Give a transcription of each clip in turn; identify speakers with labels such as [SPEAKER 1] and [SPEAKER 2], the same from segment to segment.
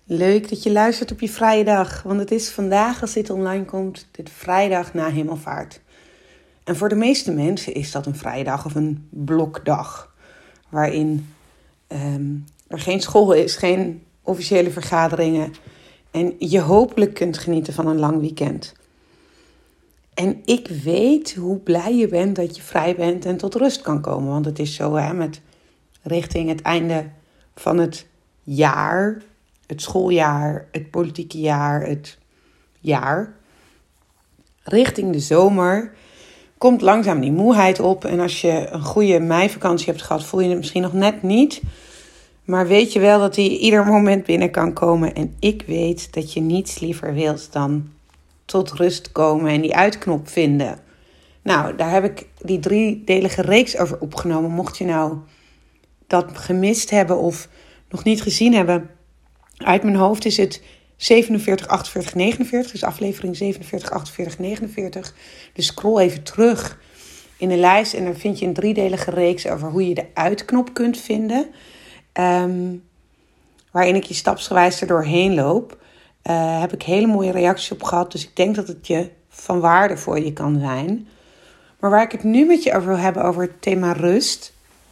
[SPEAKER 1] Leuk dat je luistert op je vrije dag, want het is vandaag, als dit online komt, de vrijdag na Hemelvaart. En voor de meeste mensen is dat een vrije dag of een blokdag, waarin er geen school is, geen officiële vergaderingen en je hopelijk kunt genieten van een lang weekend. En ik weet hoe blij je bent dat je vrij bent en tot rust kan komen, want het is zo met richting het einde van het jaar, het schooljaar, het politieke jaar, het jaar. Richting de zomer komt langzaam die moeheid op. En als je een goede meivakantie hebt gehad, voel je het misschien nog net niet. Maar weet je wel dat die ieder moment binnen kan komen. En ik weet dat je niets liever wilt dan tot rust komen en die uitknop vinden. Nou, daar heb ik die 3-delige reeks over opgenomen. Mocht je nou dat gemist hebben of nog niet gezien hebben, uit mijn hoofd is het 47, 48, 49. Dus aflevering 47, 48, 49. Dus scroll even terug in de lijst. En dan vind je een 3-delige reeks over hoe je de uitknop kunt vinden. Waarin ik je stapsgewijs er doorheen loop. Heb ik hele mooie reacties op gehad. Dus ik denk dat het je van waarde voor je kan zijn. Maar waar ik het nu met je over wil hebben, over het thema rust,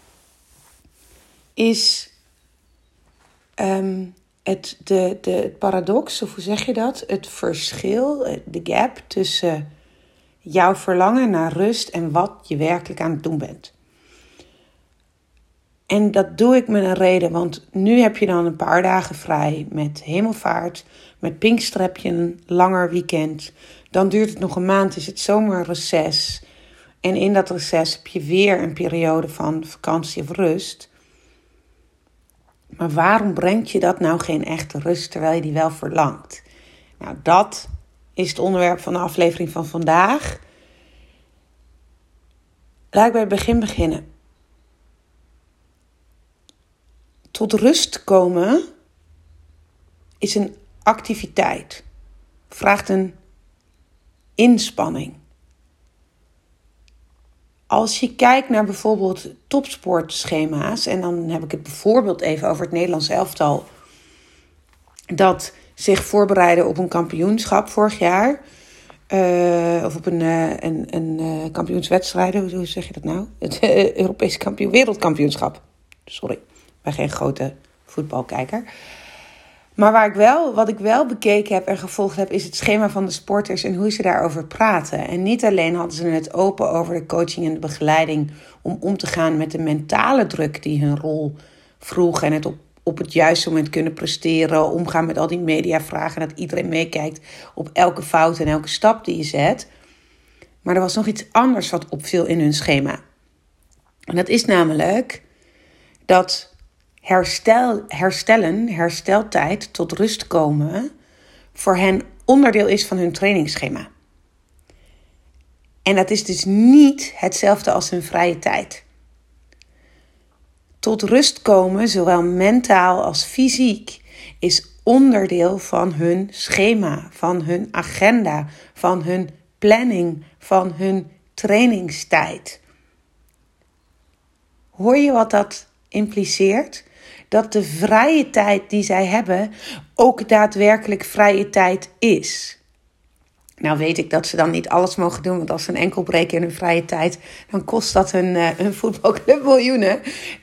[SPEAKER 1] is het paradox, of hoe zeg je dat? Het verschil, de gap tussen jouw verlangen naar rust en wat je werkelijk aan het doen bent. En dat doe ik met een reden, want nu heb je dan een paar dagen vrij met Hemelvaart, met Pinkster heb je een langer weekend. Dan duurt het nog een maand, is het zomerreces. En in dat reces heb je weer een periode van vakantie of rust. Maar waarom brengt je dat nou geen echte rust, terwijl je die wel verlangt? Nou, dat is het onderwerp van de aflevering van vandaag. Laat ik bij het begin beginnen. Tot rust komen is een activiteit. Vraagt een inspanning. Als je kijkt naar bijvoorbeeld topsportschema's, en dan heb ik het bijvoorbeeld even over het Nederlands elftal, dat zich voorbereidde op een kampioenschap vorig jaar, of op een kampioenswedstrijd, hoe zeg je dat nou? Het Europese wereldkampioenschap. Sorry, ik ben geen grote voetbalkijker. Maar wat ik wel bekeken heb en gevolgd heb, is het schema van de sporters en hoe ze daarover praten. En niet alleen hadden ze het open over de coaching en de begeleiding om te gaan met de mentale druk die hun rol vroeg. En het op het juiste moment kunnen presteren, omgaan met al die mediavragen, dat iedereen meekijkt op elke fout en elke stap die je zet. Maar er was nog iets anders wat opviel in hun schema. En dat is namelijk dat hersteltijd, tot rust komen, voor hen onderdeel is van hun trainingsschema. En dat is dus niet hetzelfde als hun vrije tijd. Tot rust komen, zowel mentaal als fysiek, is onderdeel van hun schema, van hun agenda, van hun planning, van hun trainingstijd. Hoor je wat dat impliceert? Dat de vrije tijd die zij hebben ook daadwerkelijk vrije tijd is. Nou weet ik dat ze dan niet alles mogen doen, want als ze een enkel breken in hun vrije tijd, dan kost dat hun voetbalclub miljoenen.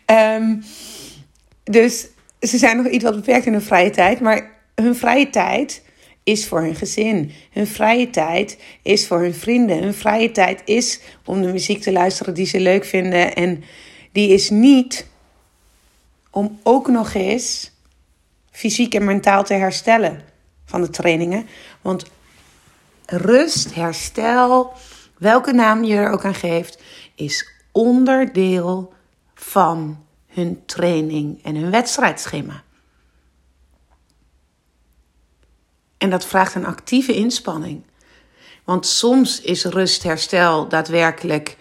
[SPEAKER 1] Dus ze zijn nog iets wat beperkt in hun vrije tijd, maar hun vrije tijd is voor hun gezin. Hun vrije tijd is voor hun vrienden. Hun vrije tijd is om de muziek te luisteren die ze leuk vinden. En die is niet om ook nog eens fysiek en mentaal te herstellen van de trainingen. Want rust, herstel, welke naam je er ook aan geeft, is onderdeel van hun training en hun wedstrijdschema. En dat vraagt een actieve inspanning. Want soms is rust, herstel daadwerkelijk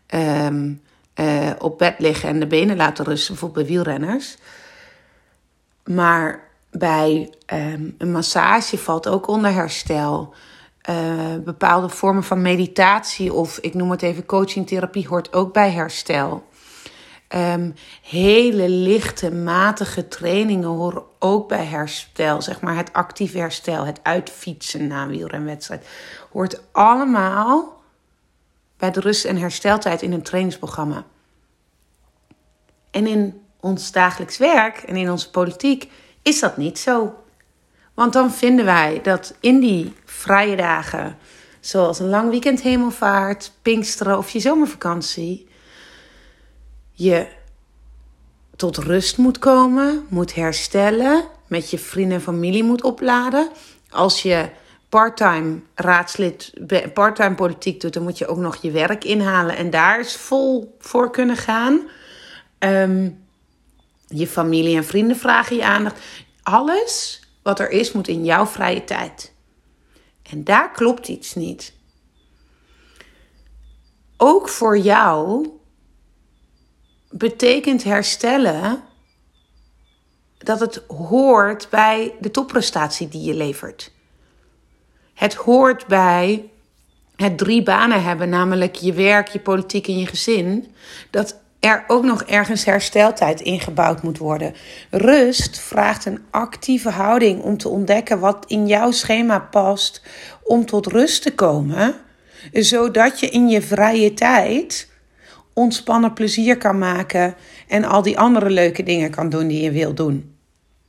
[SPEAKER 1] op bed liggen en de benen laten rusten, bijvoorbeeld bij wielrenners. Maar bij een massage valt ook onder herstel. Bepaalde vormen van meditatie of ik noem het even coaching, therapie hoort ook bij herstel. Hele lichte, matige trainingen horen ook bij herstel. Zeg maar het actief herstel, het uitfietsen na een wielrenwedstrijd. Hoort allemaal bij de rust- en hersteltijd in een trainingsprogramma. En in ons dagelijks werk en in onze politiek is dat niet zo. Want dan vinden wij dat in die vrije dagen, zoals een lang weekend hemelvaart, Pinksteren of je zomervakantie, je tot rust moet komen, moet herstellen, met je vrienden en familie moet opladen. Als je parttime politiek doet, dan moet je ook nog je werk inhalen en daar is vol voor kunnen gaan. Je familie en vrienden vragen je aandacht. Alles wat er is, moet in jouw vrije tijd. En daar klopt iets niet. Ook voor jou betekent herstellen dat het hoort bij de topprestatie die je levert. Het hoort bij het 3 banen hebben, namelijk je werk, je politiek en je gezin. Dat er ook nog ergens hersteltijd ingebouwd moet worden. Rust vraagt een actieve houding om te ontdekken wat in jouw schema past om tot rust te komen, zodat je in je vrije tijd ontspannen plezier kan maken en al die andere leuke dingen kan doen die je wil doen.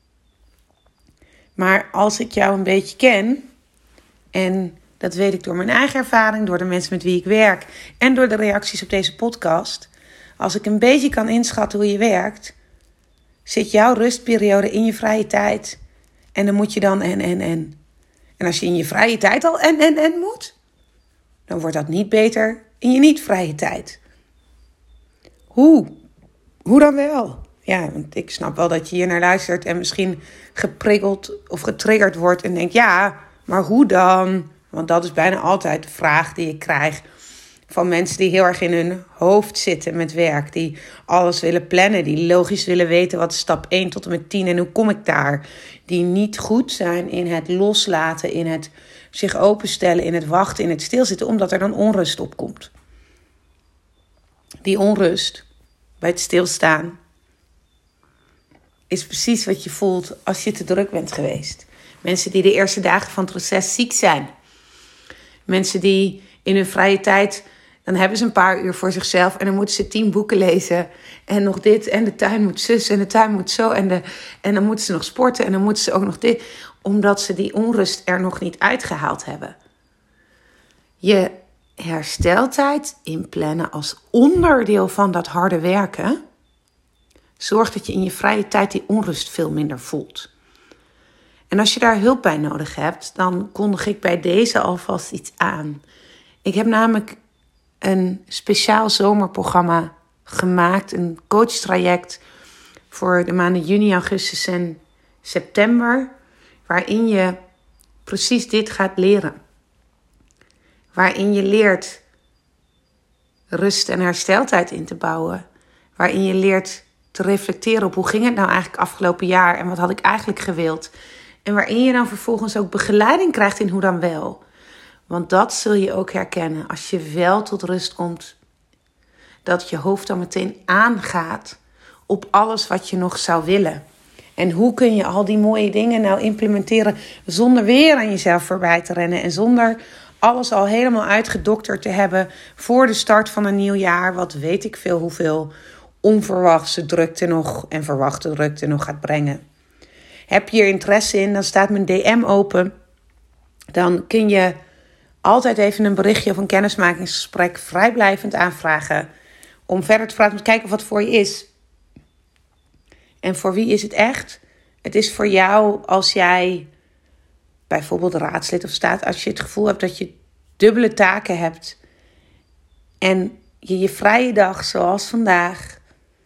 [SPEAKER 1] Maar als ik jou een beetje ken, en dat weet ik door mijn eigen ervaring, door de mensen met wie ik werk en door de reacties op deze podcast. Als ik een beetje kan inschatten hoe je werkt, zit jouw rustperiode in je vrije tijd. En dan moet je dan en. En als je in je vrije tijd al en moet, dan wordt dat niet beter in je niet-vrije tijd. Hoe dan wel? Ja, want ik snap wel dat je hier naar luistert en misschien geprikkeld of getriggerd wordt en denkt, ja, maar hoe dan? Want dat is bijna altijd de vraag die ik krijg van mensen die heel erg in hun hoofd zitten met werk. Die alles willen plannen, die logisch willen weten wat is stap 1 tot en met 10 en hoe kom ik daar. Die niet goed zijn in het loslaten, in het zich openstellen, in het wachten, in het stilzitten, omdat er dan onrust opkomt. Die onrust bij het stilstaan is precies wat je voelt als je te druk bent geweest. Mensen die de eerste dagen van het reces ziek zijn. Mensen die in hun vrije tijd, dan hebben ze een paar uur voor zichzelf en dan moeten ze 10 boeken lezen. En nog dit en de tuin moet zus en de tuin moet zo. En dan moeten ze nog sporten en dan moeten ze ook nog dit. Omdat ze die onrust er nog niet uitgehaald hebben. Je hersteltijd inplannen als onderdeel van dat harde werken zorgt dat je in je vrije tijd die onrust veel minder voelt. En als je daar hulp bij nodig hebt, dan kondig ik bij deze alvast iets aan. Ik heb namelijk een speciaal zomerprogramma gemaakt, een coachtraject voor de maanden juni, augustus en september, waarin je precies dit gaat leren. Waarin je leert rust en hersteltijd in te bouwen. Waarin je leert te reflecteren op hoe ging het nou eigenlijk afgelopen jaar en wat had ik eigenlijk gewild. En waarin je dan vervolgens ook begeleiding krijgt in hoe dan wel. Want dat zul je ook herkennen als je wel tot rust komt. Dat je hoofd dan meteen aangaat op alles wat je nog zou willen. En hoe kun je al die mooie dingen nou implementeren zonder weer aan jezelf voorbij te rennen. En zonder alles al helemaal uitgedokterd te hebben voor de start van een nieuw jaar. Wat weet ik veel hoeveel onverwachte drukte nog en verwachte drukte nog gaat brengen. Heb je hier interesse in, dan staat mijn DM open. Dan kun je altijd even een berichtje of een kennismakingsgesprek vrijblijvend aanvragen. Om verder te praten, om te kijken wat voor je is. En voor wie is het echt? Het is voor jou als jij bijvoorbeeld raadslid of staat. Als je het gevoel hebt dat je dubbele taken hebt. En je vrije dag zoals vandaag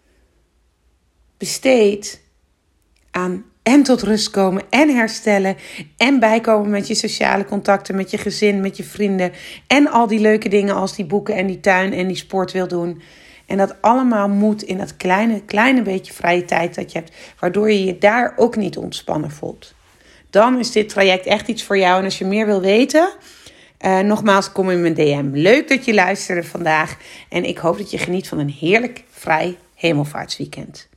[SPEAKER 1] besteedt aan en tot rust komen en herstellen en bijkomen met je sociale contacten, met je gezin, met je vrienden en al die leuke dingen als die boeken en die tuin en die sport wil doen. En dat allemaal moet in dat kleine beetje vrije tijd dat je hebt, waardoor je je daar ook niet ontspannen voelt. Dan is dit traject echt iets voor jou. En als je meer wil weten, nogmaals, kom in mijn DM. Leuk dat je luisterde vandaag en ik hoop dat je geniet van een heerlijk vrij hemelvaartsweekend.